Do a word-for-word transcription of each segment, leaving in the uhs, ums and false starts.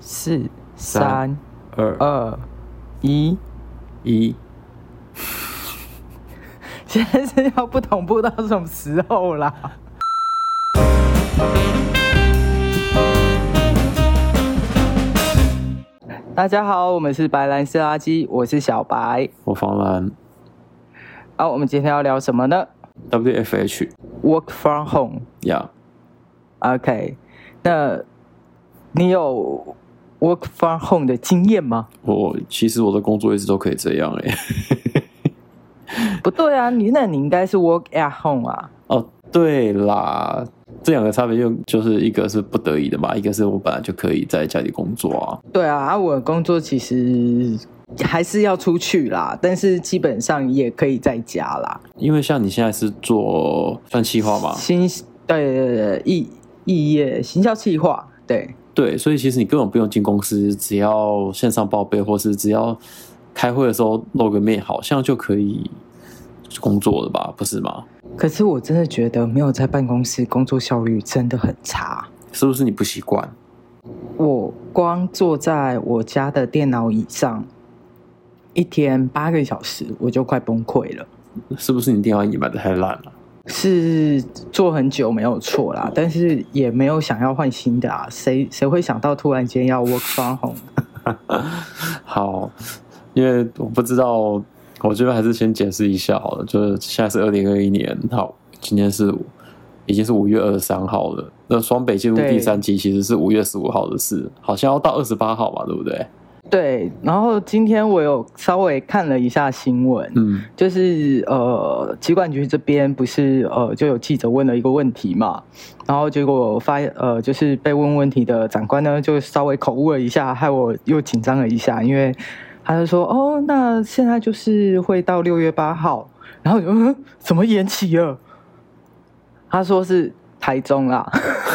四、三、 二、 二、一、 一。 现在是要不同步到什么时候啦？大家好，我们是白兰斯垃圾，我是小白， 我方兰。 好，我们今天要聊什么呢 W F H ？Work from home。 呀、 yeah. OK， 那你有 Work from home 的经验吗？ 我其实我的工作一直都可以这样哎、欸。 不对啊，你那你应该是 Work at home 啊。 哦，对啦，这两个差别就就是一个是不得已的嘛，一个是我本来就可以在家里工作啊。 对啊，啊我的工作其实还是要出去啦，但是基本上也可以在家啦。 因为像你现在是做算企划嘛， 新对对对异异业行销企划，对对，所以其实你根本不用进公司，只要线上报备，或是只要开会的时候露个面，好像就可以工作了吧？不是吗？ 可是我真的觉得没有在办公室工作效率真的很差。 是不是你不习惯？ 我光坐在我家的电脑椅上，一天八个小时，我就快崩溃了。 是不是你电脑椅买的太烂了？ 是做很久没有错啦，但是也没有想要换新的啊。谁谁会想到突然间要 work from home？ 好，因为我不知道，我觉得还是先解释一下好了。就是现在是二零二一年，好，今天是已经是五月二十三号了。那双北进入第三季其实是五月十五号的事，好像要到二十八号嘛，对不对？ 对，然后今天我有稍微看了一下新闻，嗯，就是呃，疾管局这边不是呃就有记者问了一个问题嘛，然后结果发呃就是被问问题的长官呢就稍微口误了一下，害我又紧张了一下，因为他就说哦，那现在就是会到六月八号，然后我就嗯，怎么延期了？他说是台中啦。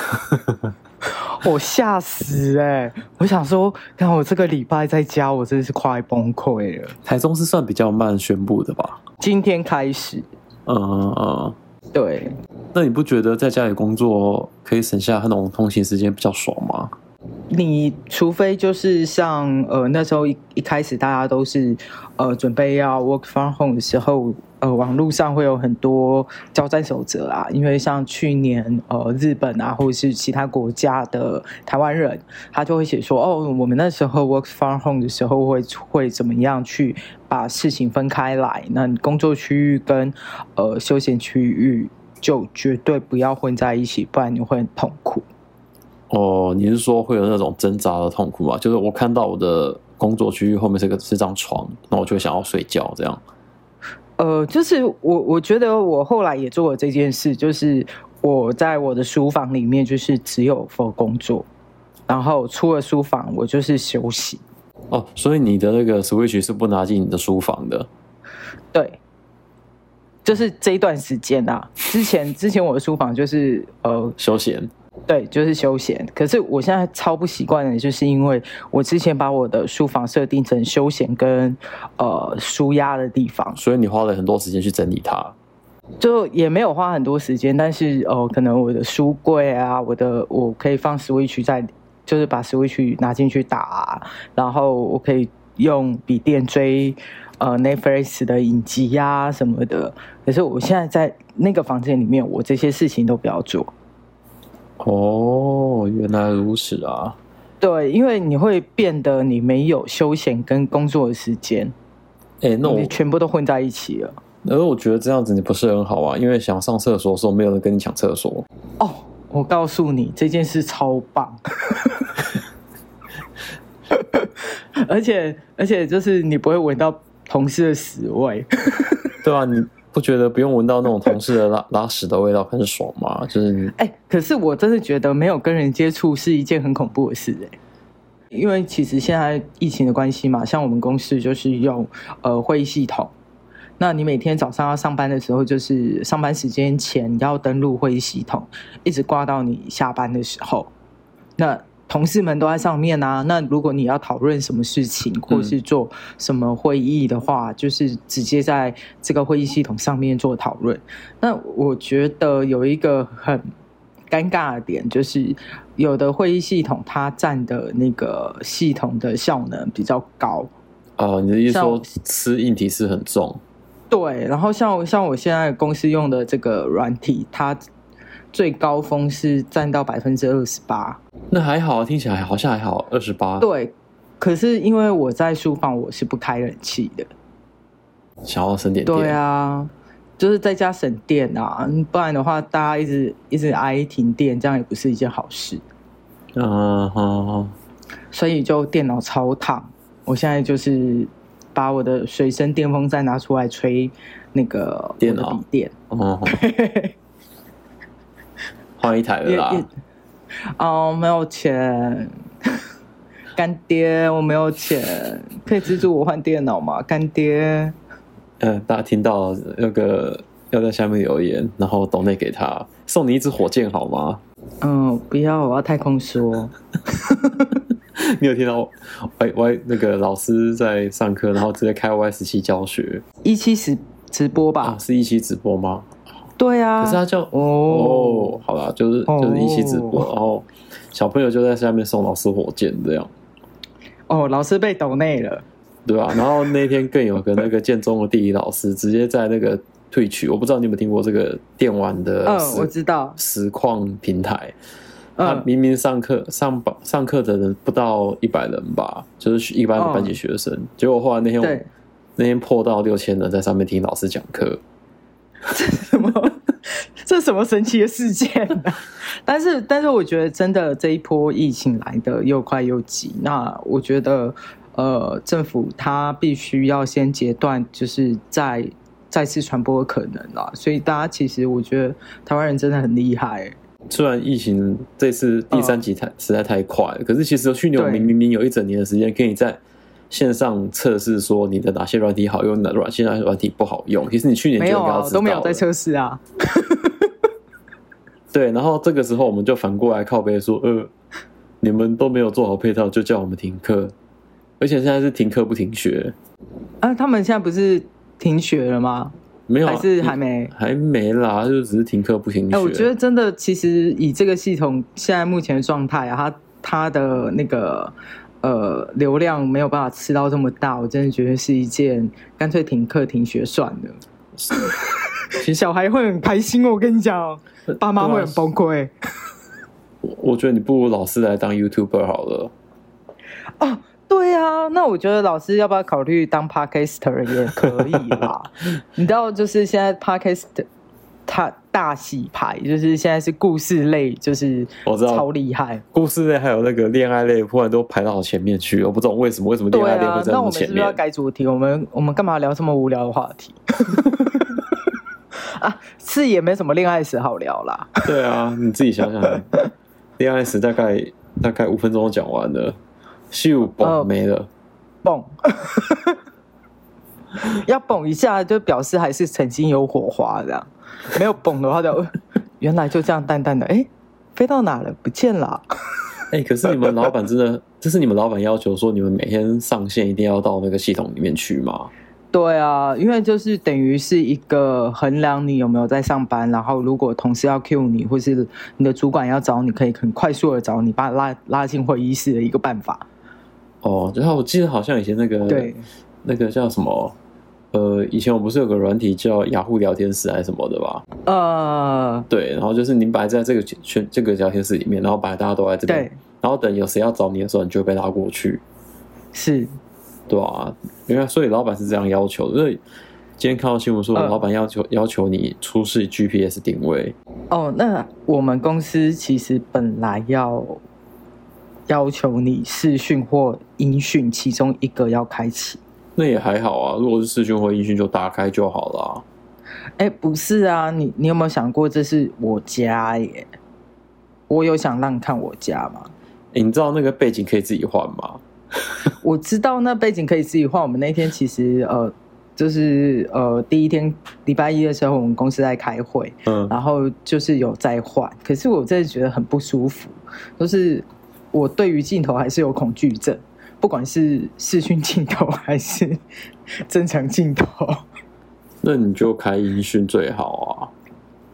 我吓死哎、欸！我想说，看我这个礼拜在家，我真的是快崩溃了。 台中是算比较慢宣布的吧？ 今天开始。 嗯嗯， 对。 那你不觉得在家里工作可以省下那种通勤时间比较爽吗？ 你除非就是像呃那时候一一开始大家都是呃准备要 work from home 的时候，呃网络上会有很多交战守则啊，因为像去年呃日本啊或者是其他国家的台湾人，他就会写说哦我们那时候 work from home 的时候会会怎么样去把事情分开来，那工作区域跟呃休闲区域就绝对不要混在一起，不然你会很痛苦。 哦，你是说会有那种挣扎的痛苦吗？就是我看到我的工作区域后面是个是张床，那我就会想要睡觉这样。 呃，就是我我觉得我后来也做了这件事，就是我在我的书房里面就是只有 for 工作，然后出了书房我就是休息。 哦，所以你的那个 Switch 是不拿进你的书房的？ 对，就是这一段时间啊，之前之前我的书房就是呃休闲。 对，就是休闲。可是我现在超不习惯的，就是因为我之前把我的书房设定成休闲跟呃舒压的地方， 所以你花了很多时间去整理它。 就也没有花很多时间，但是呃，可能我的书柜啊，我的我可以放 Switch 在，就是把 Switch 拿进去打啊，然后我可以用笔电追呃 Netflix 的影集啊什么的。可是我现在在那个房间里面，我这些事情都不要做。 哦，原来如此啊！ 对，因为你会变得你没有休闲跟工作的时间， 哎、欸，那我你全部都混在一起了。 而我觉得这样子你不是很好啊，因为想上厕所的时候没有人跟你抢厕所。 哦，我告诉你这件事超棒，而且而且就是你不会闻到同事的屎味。对啊，你不觉得不用闻到那种同事的拉拉屎的味道很爽吗？就是你， 哎、欸，可是我真的觉得没有跟人接触是一件很恐怖的事哎、欸，因为其实现在疫情的关系嘛，像我们公司就是用呃会议系统，那你每天早上要上班的时候，就是上班时间前要登录会议系统，一直挂到你下班的时候，那同事们都在上面啊，那如果你要讨论什么事情或是做什么会议的话、嗯、就是直接在这个会议系统上面做讨论。那我觉得有一个很尴尬的点就是有的会议系统它占的那个系统的效能比较高。 哦，你的意思说吃硬体是很重？ 对，然后像像我现在公司用的这个软体，它最高峰是占到百分之二十八。 那还好，听起来好像还好，二十八。 对，可是因为我在书房我是不开冷气的， 想要省点电。 对啊，就是在家省电啊，不然的话大家一直一直挨停电，这样也不是一件好事。 嗯哼， 所以就电脑超烫，我现在就是把我的随身电风扇拿出来吹那个电脑我的笔电。 哦，换一台了啦。 哦，没有钱，干爹，我没有钱，可以资助我换电脑吗？干爹。 嗯，大家听到那个要在下面留言，然后抖内给他，送你一支火箭好吗？ 嗯，不要，我要太空梭。 你有听到 Y Y 那个老师在上课，然后直接开 Y 十七教学， 一期直直播吧？ 啊，是一期直播吗？ 对啊， 可是他叫哦哦，好啦，就是就是一期直播，哦、然后小朋友就在下面送老师火箭这样。 哦，老师被抖内了， 对吧、啊？然后那天更有个那个建中的地理老师，直接在那个退取，我不知道你有没有听过这个电玩的， 嗯，我知道实况平台。他明明上课上上课的人不到一百人吧，就是一般的班级学生，嗯、结果后来那天那天破到六千人在上面听老师讲课。 这什么？这什么神奇的事件啊？但是，但是我觉得真的这一波疫情来的又快又急。那我觉得，呃，政府它必须要先截断，就是再再次传播的可能啦。所以大家其实我觉得台湾人真的很厉害、欸。 虽然疫情这次第三集太、嗯、实在太快了，可是其实去年我明明明有一整年的时间可以在线上测试说你的哪些软体好用，哪些软体不好用。其实你去年就应该要知道了， 没有啊，都没有在测试啊。 对，然后这个时候我们就反过来靠北说，呃，你们都没有做好配套，就叫我们停课，而且现在是停课不停学。 啊，他们现在不是停学了吗？ 没有、啊， 还是还没？ 还没啦，就只是停课不停学。 哎、欸，我觉得真的，其实以这个系统现在目前的状態啊，它它的那个呃流量没有办法吃到这么大，我真的觉得是一件干脆停课停学算了。其实小孩会很开心，我跟你讲，爸妈会很崩溃。 我我觉得你不如老师来当 YouTuber 好了。 哦。对啊，那我觉得老师要不要考虑当 Podcaster 也可以啦。你知道，就是现在 Podcast 它大洗牌，就是现在是故事类，就是我知道超厉害。 故事类还有那个恋爱类，忽然都排到前面去，我不知道为什么，为什么恋爱类会在那么前面。 那我们是不是要改主题？我们我们干嘛聊这么无聊的话题？啊，是也没什么恋爱史好聊啦。 对啊，你自己想想，恋爱史大概大概五分钟就讲完了。咻嘣没了， 嘣，要嘣一下就表示还是曾经有火花这样，没有嘣的话就原来就这样淡淡的，哎，飞到哪了？不见了。 哎、欸，可是你们老板真的，这是你们老板要求说你们每天上线一定要到那个系统里面去吗？ 对啊，因为就是等于是一个衡量你有没有在上班，然后如果同事要 cue 你，或是你的主管要找你，可以很快速的找你，把他拉拉进会议室的一个办法。 哦，然后我记得好像以前那个对那个叫什么呃，以前我不是有个软体叫雅虎聊天室还是什么的吧？ 呃， 对，然后就是你摆在这个圈这个聊天室里面，然后本来大家都在这边，然后等有谁要找你的时候，你就会被拉过去。 是， 对啊，因为所以老板是这样要求的。所以今天看到新闻说，老板要求、呃、要求你出示 G P S 定位。 哦，那我们公司其实本来要要求你视讯或音讯其中一个要开启。 那也还好啊，如果是视讯或音讯就打开就好了。 哎，不是啊，你你有没有想过这是我家耶？我有想让你看我家吗？ 你知道那个背景可以自己换吗？ 我知道那背景可以自己换。我们那天其实呃，就是呃第一天礼拜一的时候，我们公司在开会，嗯，然后就是有在换，可是我真的觉得很不舒服，就是我对于镜头还是有恐惧症，不管是视讯镜头还是正常镜头。 那你就开音讯最好啊。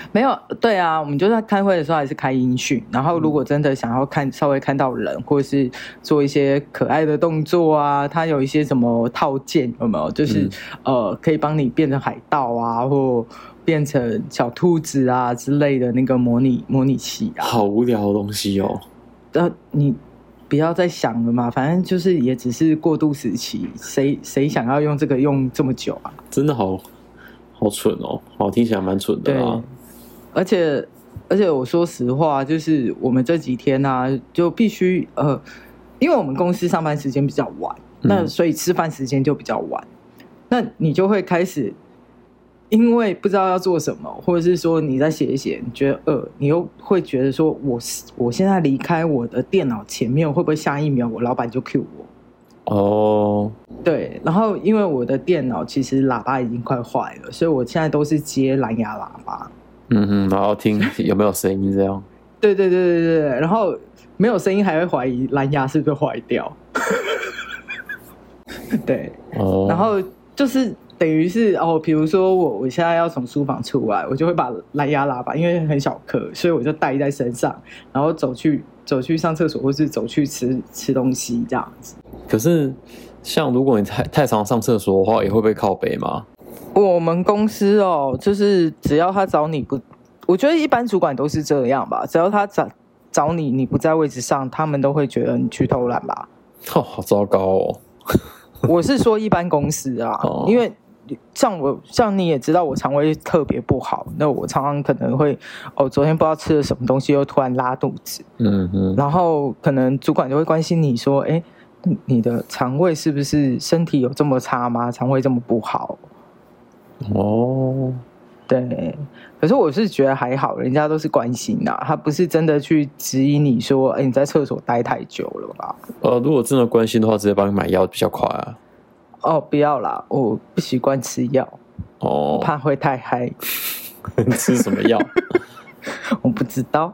没有，对啊，我们就在开会的时候还是开音讯，然后如果真的想要看稍微看到人，或者是做一些可爱的动作啊，它有一些什么套件有没有？就是、嗯、呃，可以帮你变成海盗啊，或变成小兔子啊之类的那个模拟模拟器啊。 好无聊的东西哦。 呃，你不要再想了嘛，反正就是也只是过渡时期，谁谁想要用这个用这么久啊？ 真的好好蠢哦，好听起来蛮蠢的啊。 而且而且我说实话，就是我们这几天啊，就必须呃，因为我们公司上班时间比较晚，那所以吃饭时间就比较晚，嗯、那你就会开始，因为不知道要做什么，或者是说你在写一写，你觉得饿，你又会觉得说我我现在离开我的电脑前面，会不会下一秒我老板就 cue 我？ 哦， 对，然后因为我的电脑其实喇叭已经快坏了，所以我现在都是接蓝牙喇叭。 嗯哼，然后听有没有声音这样。 对对对对对，然后没有声音还会怀疑蓝牙是不是坏掉。对，哦，然后就是等于是哦，比如说我我现在要从书房出来，我就会把蓝牙喇叭，因为很小颗，所以我就带在身上，然后走去走去上厕所，或是走去吃吃东西这样子。 可是，像如果你太太常上厕所的话，也会被靠北吗？ 我们公司哦，就是只要他找你不，我觉得一般主管都是这样吧。只要他找找你，你不在位置上，他们都会觉得你去偷懒吧。 哦，好糟糕哦！ 我是说一般公司啊，哦、因为像我像你也知道，我肠胃特别不好，那我常常可能会哦，昨天不知道吃了什么东西，又突然拉肚子。嗯嗯，然后可能主管就会关心你说，哎，你的肠胃是不是身体有这么差吗？肠胃这么不好？哦，对，可是我是觉得还好，人家都是关心啊，他不是真的去质疑你说，哎，你在厕所待太久了吧？ 呃，如果真的关心的话，直接帮你买药比较快啊。 哦，不要啦，我不习惯吃药，哦，怕会太嗨。 吃什么药？ 我不知道。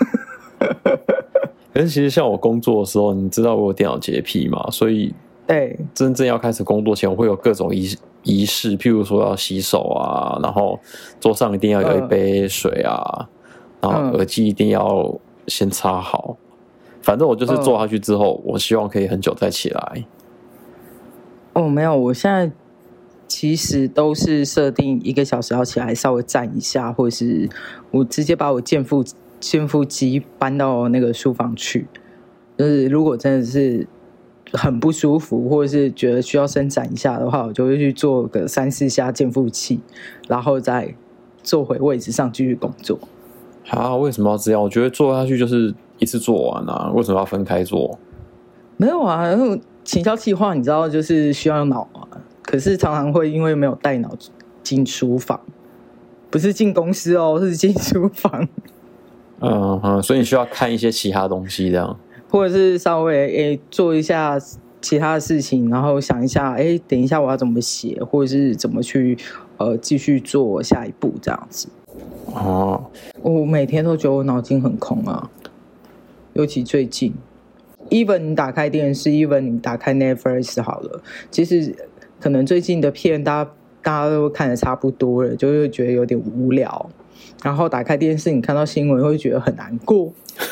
可是其实像我工作的时候，你知道我有电脑洁癖嘛，所以对， 真正要开始工作前，我会有各种仪仪式，譬如说要洗手啊，然后桌上一定要有一杯水啊，嗯、然后耳机一定要先插好。反正我就是坐下去之后，嗯、我希望可以很久再起来。 哦，没有，我现在其实都是设定一个小时要起来稍微站一下，或者是我直接把我健腹健腹机搬到那个书房去。就是如果真的是很不舒服，或者是觉得需要伸展一下的话，我就会去做个三四下健腹器，然后再坐回位置上继续工作。 啊，为什么要这样？我觉得做下去就是一次做完啊，为什么要分开做？ 没有啊，因为行销企划你知道就是需要脑啊，可是常常会因为没有带脑进书房，不是进公司哦，是进书房。 嗯嗯，所以你需要看一些其他东西这样。 或者是稍微诶做一下其他的事情，然后想一下诶等一下我要怎么写，或者是怎么去呃继续做下一步这样子。哦，我每天都觉得我脑筋很空啊，尤其最近 even 你打开电视 even 你打开 Netflix 好了，其实可能最近的片大家大家都看得差不多了，就会觉得有点无聊，然后打开电视你看到新闻会觉得很难过。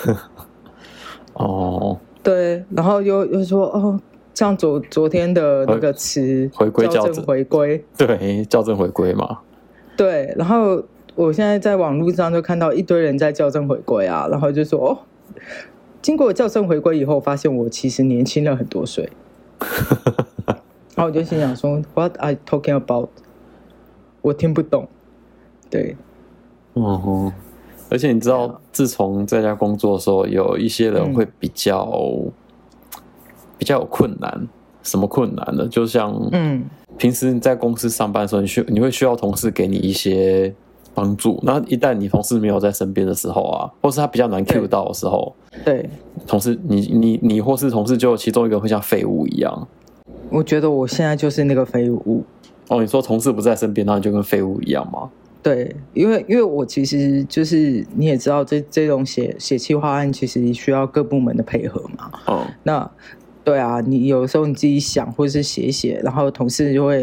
哦，对，然后又又说哦，像昨昨天的那个词回归校正回归， 对，校正回归嘛。 对，然后我现在在网络上就看到一堆人在校正回归啊，然后就说哦，经过校正回归以后，发现我其实年轻了很多岁。然后我就心想说 ，What are you talking about？ 我听不懂。对， 嗯。而且你知道，自从在家工作的时候，有一些人会比较、嗯、比较有困难。什么困难呢？就像嗯，平时你在公司上班的时候，你需你会需要同事给你一些帮助。然后一旦你同事没有在身边的时候啊，或是他比较难 cue 到的时候， 对， 同事你你你或是同事就其中一个会像废物一样。 我觉得我现在就是那个废物。 哦，你说同事不在身边，那你就跟废物一样吗？ 对，因为因为我其实就是你也知道这，这这种写写企划案其实需要各部门的配合嘛。哦，那对啊，你有时候你自己想或是写一写，然后同事就会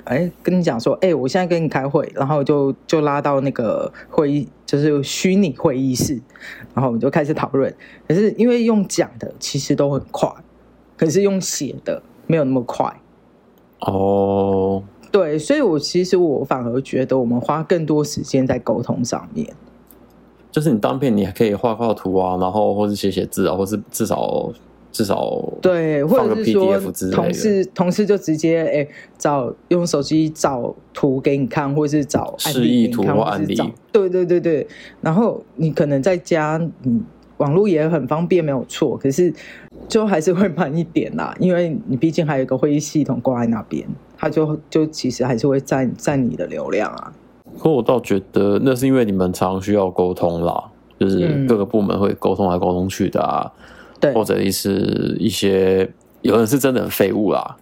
哎，跟你讲说，哎，我现在跟你开会，然后就就拉到那个会议，就是虚拟会议室，然后我们就开始讨论。可是因为用讲的其实都很快，可是用写的没有那么快。 哦， 对，所以我其实我反而觉得我们花更多时间在沟通上面。 就是你当片你还可以画画图啊，然后或是写写字啊，或是至少。至少对，或者是说同事同事就直接哎找用手机找图给你看，或是找示意图或案例， 对对对对。然后你可能在家，你网络也很方便，没有错，可是就还是会慢一点啦，因为你毕竟还有一个会议系统挂在那边，它就就其实还是会占占你的流量啊。 可我倒觉得那是因为你们常需要沟通啦，就是各个部门会沟通来沟通去的啊。嗯或者是一些有人是真的很废物啦。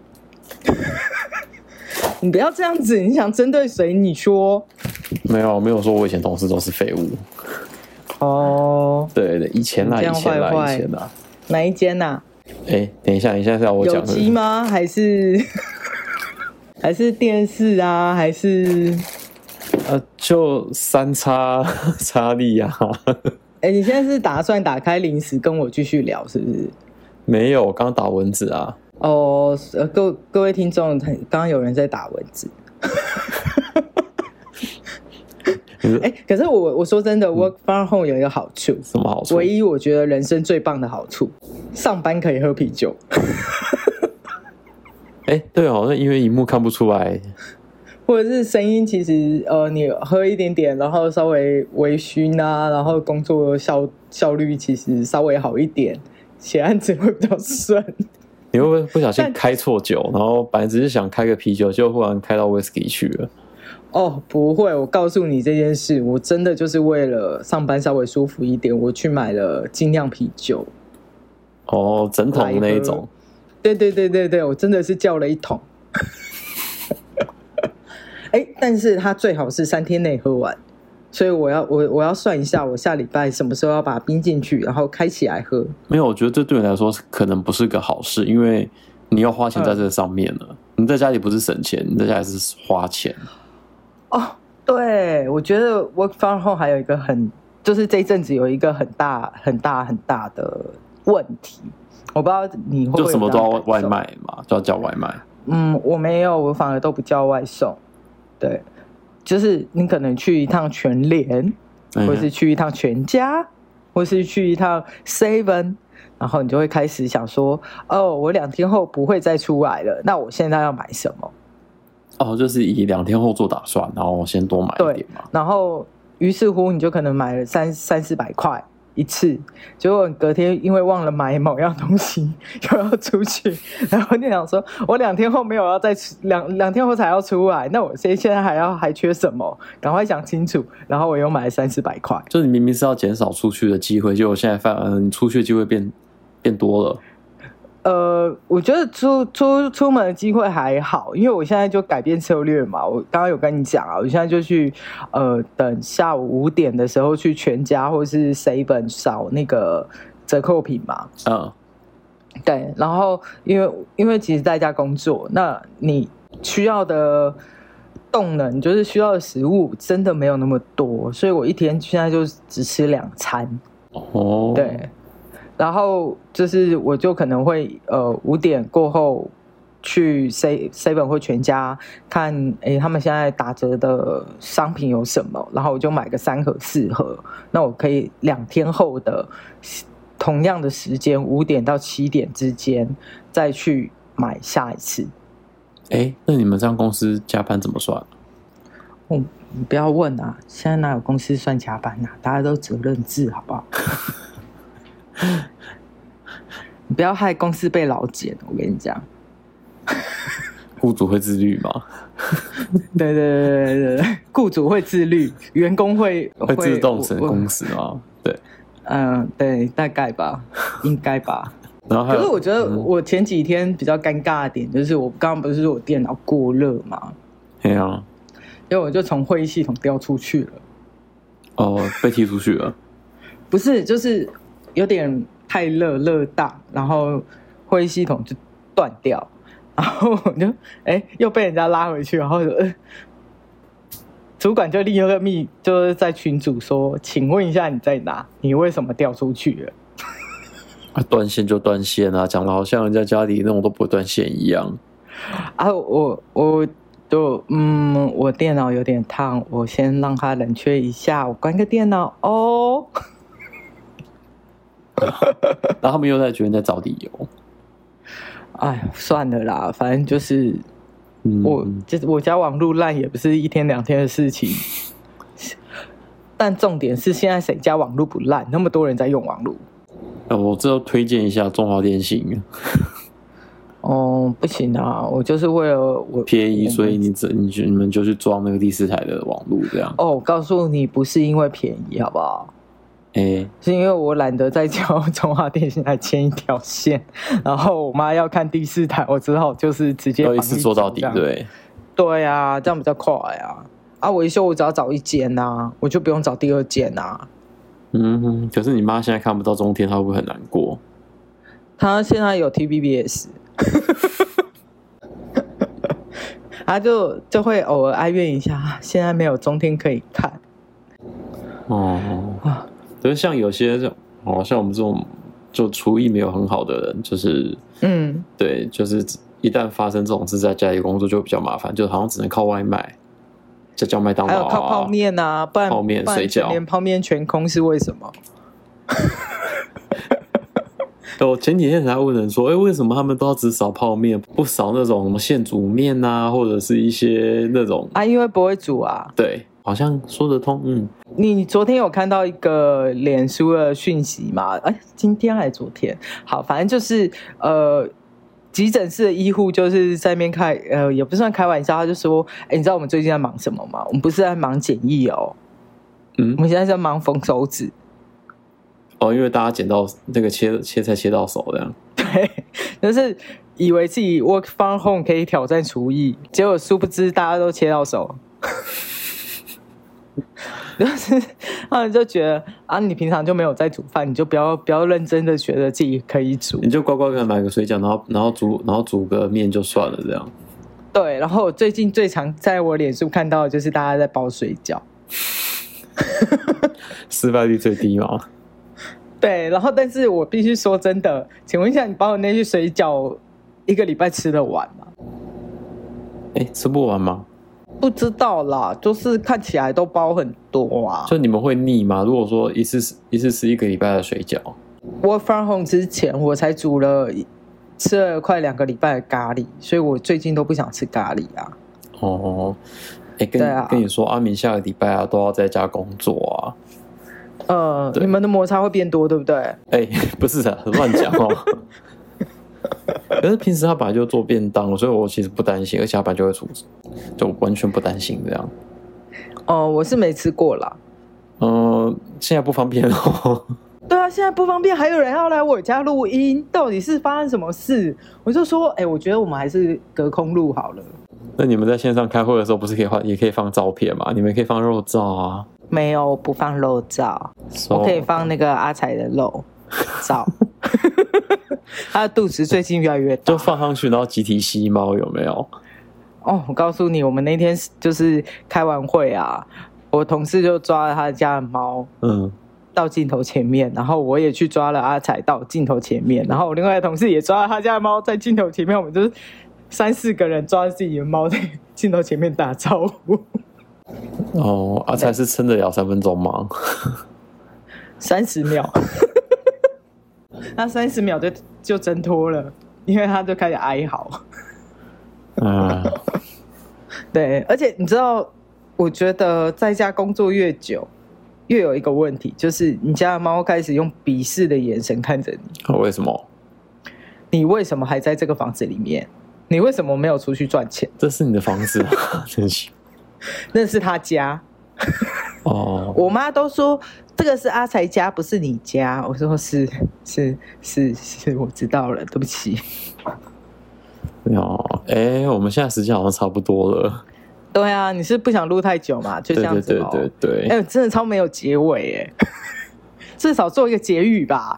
你不要这样子，你想针对谁？你说没有，没有说我以前同事都是废物。 哦， 对对，以前啦，以前啦，以前啦。 哪一间呐？ 哎，等一下，你现在是要我讲有机吗？还是还是电视啊？还是呃，就三叉叉力啊。 哎，你现在是打算打开零食跟我继续聊，是不是？ 没有，我刚打蚊子啊。 哦，呃，各各位听众，刚刚有人在打蚊子。哎，可是我我说真的 ，work from home 有一个好处， 什么好处？ 唯一我觉得人生最棒的好处，上班可以喝啤酒。 哎，对哦，那因为萤幕看不出来。 或者是声音，其实呃，你喝一点点，然后稍微微醺啊，然后工作效效率其实稍微好一点，写案子会比较顺。 你会不会不小心开错酒，然后本来只是想开个啤酒，就忽然开到 whisky 去了？ 哦，不会，我告诉你这件事，我真的就是为了上班稍微舒服一点，我去买了精酿啤酒。 哦，整桶那一种。 对对对对对，我真的是叫了一桶。哎，但是它最好是三天内喝完，所以我要我我要算一下，我下礼拜什么时候要把它冰进去，然后开起来喝。 没有，我觉得这对你来说可能不是个好事，因为你要花钱在这上面了。嗯、你在家里不是省钱，你在家里是花钱。 哦，对，我觉得 work from home 还有一个很，就是这一阵子有一个很大很大很大的问题，我不知道你会不会有， 就什么都要外卖嘛，就要叫外卖。 嗯，我没有，我反而都不叫外送。对，就是你可能去一趟全联，或是去一趟全家，或是去一趟 seven， 然后你就会开始想说，哦，我两天后不会再出来了，那我现在要买什么？ 哦，就是以两天后做打算，然后先多买一点嘛。 然后于是乎你就可能买了三三四百块一次，结果隔天因为忘了买某样东西又要出去，然后你想说我两天后没有要再两两天后才要出来，那我现在还要还缺什么？赶快想清楚，然后我又买了三四百块。 就是你明明是要减少出去的机会，结果现在反而你出去的机会变变多了。 呃，我觉得出出出门的机会还好，因为我现在就改变策略嘛。我刚刚有跟你讲啊，我现在就去呃等下午五点的时候去全家或是 seven 扫那个折扣品嘛。 嗯， 对。然后因为因为其实在家工作，那你需要的动能就是需要的食物真的没有那么多，所以我一天现在就只吃两餐。 哦， 对。然后就是我就可能会呃五点过后去 seven 或全家看，哎，他们现在打折的商品有什么，然后我就买个三盒四盒，那我可以两天后的同样的时间五点到七点之间再去买下一次。 哎，那你们这样公司加班怎么算？ 哦，你不要问啊，现在哪有公司算加班啊？大家都责任制，好不好？你不要害公司被劳检，我跟你讲。 雇主会自律吗？ 对对对对对，雇主会自律，员工会会自动成公司吗？对， 嗯，对，大概吧，应该吧。 然后还有， 可是我觉得我前几天比较尴尬的点就是，我刚刚不是说我电脑过热嘛？ 对啊， 因为我就从会议系统掉出去了。 哦，被踢出去了？ 不是，就是有点太热热大，然后会议系统就断掉。 然后我就哎又被人家拉回去，然后就、呃、主管就立刻密就是在群组说，请问一下你在哪？你为什么掉出去了？ 啊，断线就断线啊，讲的好像人家家里那种都不会断线一样。 啊，我我就嗯，我电脑有点烫，我先让它冷却一下，我关个电脑哦。 然后他们又在觉得在找理由。 哎，算了啦，反正就是， 嗯、 我就是我家网路烂也不是一天两天的事情。但重点是，现在谁家网路不烂？那么多人在用网路。 呃、我这推荐一下中华电信。 哦，不行啊，我就是为了我便宜，所以你你你们就去装那个第四台的网路这样。 哦，我告诉你，不是因为便宜，好不好？ 欸、 是因为我懒得再叫中华电信来牵一条线，然后我妈要看第四台，我只好就是直接要一次做到底，对。 对啊，这样比较快啊。啊，维修我只要找一间啊，我就不用找第二间啊。 嗯哼，可是你妈现在看不到中天，她会不会很难过？ 她现在有 T V B S， 她就就会偶尔哀怨一下，现在没有中天可以看。 哦。可是像有些这种，哦，像我们这种就厨艺没有很好的人，就是嗯，对，就是一旦发生这种事，在家里工作就比较麻烦，就好像只能靠外卖，再叫麦当劳、啊， 还有靠泡面啊，不然泡面、水饺， 连泡面全空是为什么？ 我前几天才问人说，哎、欸，为什么他们都要只扫泡面，不扫那种什么现煮面啊，或者是一些那种啊？因为不会煮啊。 对。好像说得通，嗯。 你昨天有看到一个脸书的讯息吗？哎，今天还是昨天？好，反正就是呃，急诊室的医护就是在那边开，呃，也不算开玩笑，他就说，哎，你知道我们最近在忙什么吗？我们不是在忙检疫哦，嗯，我们现在在忙缝手指。 哦，因为大家捡到那个切切菜切到手这样。 对，就是以为自己 work from home 可以挑战厨艺，结果殊不知大家都切到手。就是他们就觉得啊，你平常就没有在煮饭，你就不要不要认真的觉得自己可以煮， 你就乖乖给他买个水饺，然后然后煮然后煮个面就算了这样。 对，然后我最近最常在我脸书看到的就是大家在包水饺， 失败率最低嘛。 对，然后但是我必须说真的，请问一下，你包的那些水饺一个礼拜吃得完吗？ 哎、欸，吃不完吗？ 不知道啦，就是看起来都包很多啊。 就你们会腻吗？如果说一次一次吃一个礼拜的水饺， 我 from home 之前我才煮了吃了快两个礼拜的咖喱，所以我最近都不想吃咖喱啊。 哦，哎、欸，跟、啊、跟你说，阿明下个礼拜啊都要在家工作啊。 呃，你们的摩擦会变多，对不对？ 哎、欸，不是的，乱讲哦。可是平时他本来就做便当，所以我其实不担心，而且他本来就会煮，就完全不担心这样。 哦、呃，我是没吃过啦。 嗯、呃，现在不方便哦。 对啊，现在不方便，还有人要来我家录音，到底是发生什么事？我就说，哎、欸，我觉得我们还是隔空录好了。 那你们在线上开会的时候，不是可以放，也可以放照片吗？你们可以放肉照啊。 没有，不放肉照， so, 我可以放那个阿财的肉照。他的肚子最近越来越大， 就放上去，然后集体吸猫，有没有？ 哦，我告诉你，我们那天就是开完会啊，我同事就抓了他家的猫，嗯，到镜头前面，然后我也去抓了阿财到镜头前面，然后我另外的同事也抓了他家的猫在镜头前面，我们就是三四个人抓着自己的猫在镜头前面打招呼。 哦，阿财是撑得了三分钟吗？ 三十秒。他三十秒就就挣脱了，因为他就开始哀嚎。嗯，对，而且你知道，我觉得在家工作越久，越有一个问题，就是你家的猫开始用鄙视的眼神看着你。 为什么？ 你为什么还在这个房子里面？你为什么没有出去赚钱？ 这是你的房子啊，真是。 那是他家。哦，我妈都说这个是阿财家，不是你家。我说是是是是，我知道了，对不起。 哦，哎、欸，我们现在时间好像差不多了。 对啊，你是不想录太久嘛？就这样子咯。 对对对对。 哎、欸，真的超没有结尾哎，至少做一个结语吧。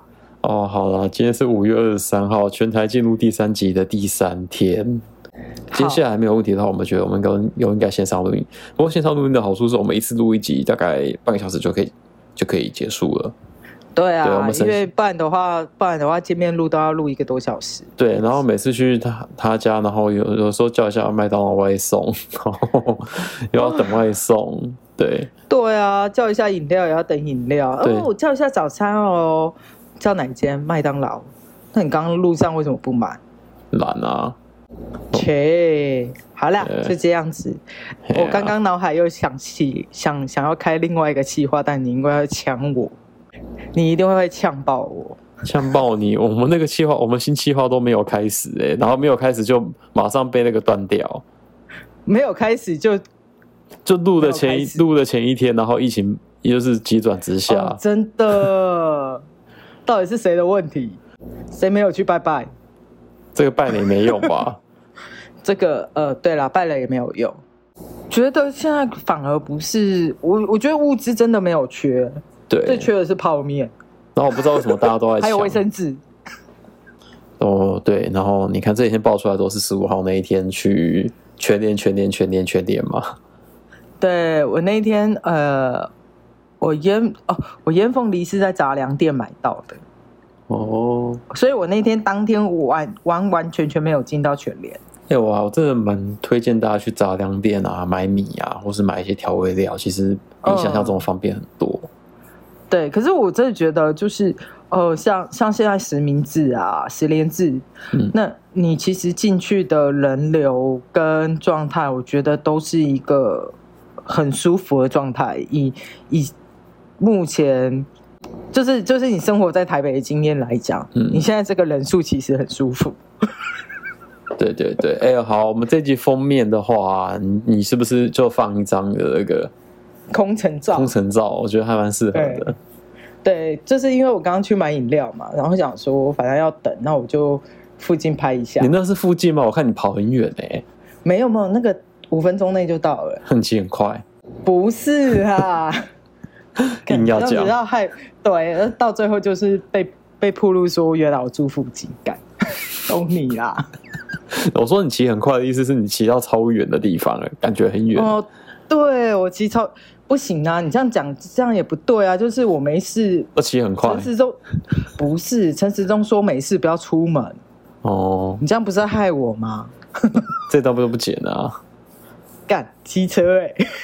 哦，好了，今天是五月二十三号，全台进入第三集的第三天。接下来还没有问题的话，我们觉得我们跟又应该线上录音。不过线上录音的好处是我们一次录一集，大概半个小时就可以就可以结束了。 对啊，对因为不然的话，不然的话见面录都要录一个多小时。 对，然后每次去他他家，然后有有时候叫一下麦当劳外送，然后又要等外送。对对啊，叫一下饮料也要等饮料。哦，我叫一下早餐哦，叫哪间？麦当劳。那你刚刚路上为什么不买？ 懒啊。 切，好啦，就这样子。我刚刚脑海又想起想想要开另外一个企划，但你应该要抢我。你一定会呛爆我， 呛爆你！我们那个企划，我们新企划都没有开始哎、欸，然后没有开始就马上被那个断掉， 没有开始就就录的前一录的前一天，然后疫情也就是急转直下， 哦、真的，到底是谁的问题？谁没有去拜拜？ 这个拜了也没用吧？ 这个呃，对啦，拜了也没有用。觉得现在反而不是我，我觉得物资真的没有缺。 对， 最缺的是泡面， 然后我不知道为什么大家都在抢， 还有卫生纸。 哦，对，然后你看这几天爆出来都是十五号那一天去全联、全联、全联、全联嘛。 对，我那一天呃，我烟哦，我烟凤梨是在杂粮店买到的。 哦， 所以我那天当天完完完全全没有进到全联。 哎、欸，我真的蛮推荐大家去杂粮店啊，买米啊，或是买一些调味料，其实比想象中方便很多。嗯对，可是我真的觉得就是呃，像像现在实名制啊、实联制，嗯，那你其实进去的人流跟状态，我觉得都是一个很舒服的状态。以以目前就是就是你生活在台北的经验来讲，嗯，你现在这个人数其实很舒服。 对对对，哎、欸，好，我们这集封面的话，你你是不是就放一张的那个？ 空城照， 空城照，我觉得还蛮适合的。 对，就是因为我刚刚去买饮料嘛，然后想说反正要等，那我就附近拍一下。 你那是附近吗？我看你跑很远哎、欸。 没有没有，那个五分钟内就到了。 很急很快。 不是啊， 硬要讲， 不要害对，到最后就是被被暴露说原来我住附近，干，懂你啦。 我说你骑很快的意思是你骑到超远的地方了，感觉很远。 哦，对我骑超不行啊！你这样讲这样也不对啊！就是我没事， 我骑很快。 陈时中不是陈时中说没事不要出门哦，你这样不是在害我吗？ 这段不都不剪啊？ 干机车哎、欸！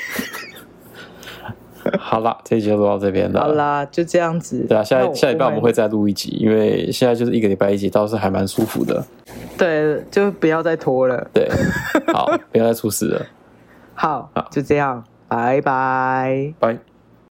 好啦，这一集就录到这边了。 好啦，就这样子。 对啊，下下礼拜我们会再录一集，因为现在就是一个礼拜一集，倒是还蛮舒服的。 对，就不要再拖了。 对，好，不要再出事了。 好，好，就这样，拜拜， 拜。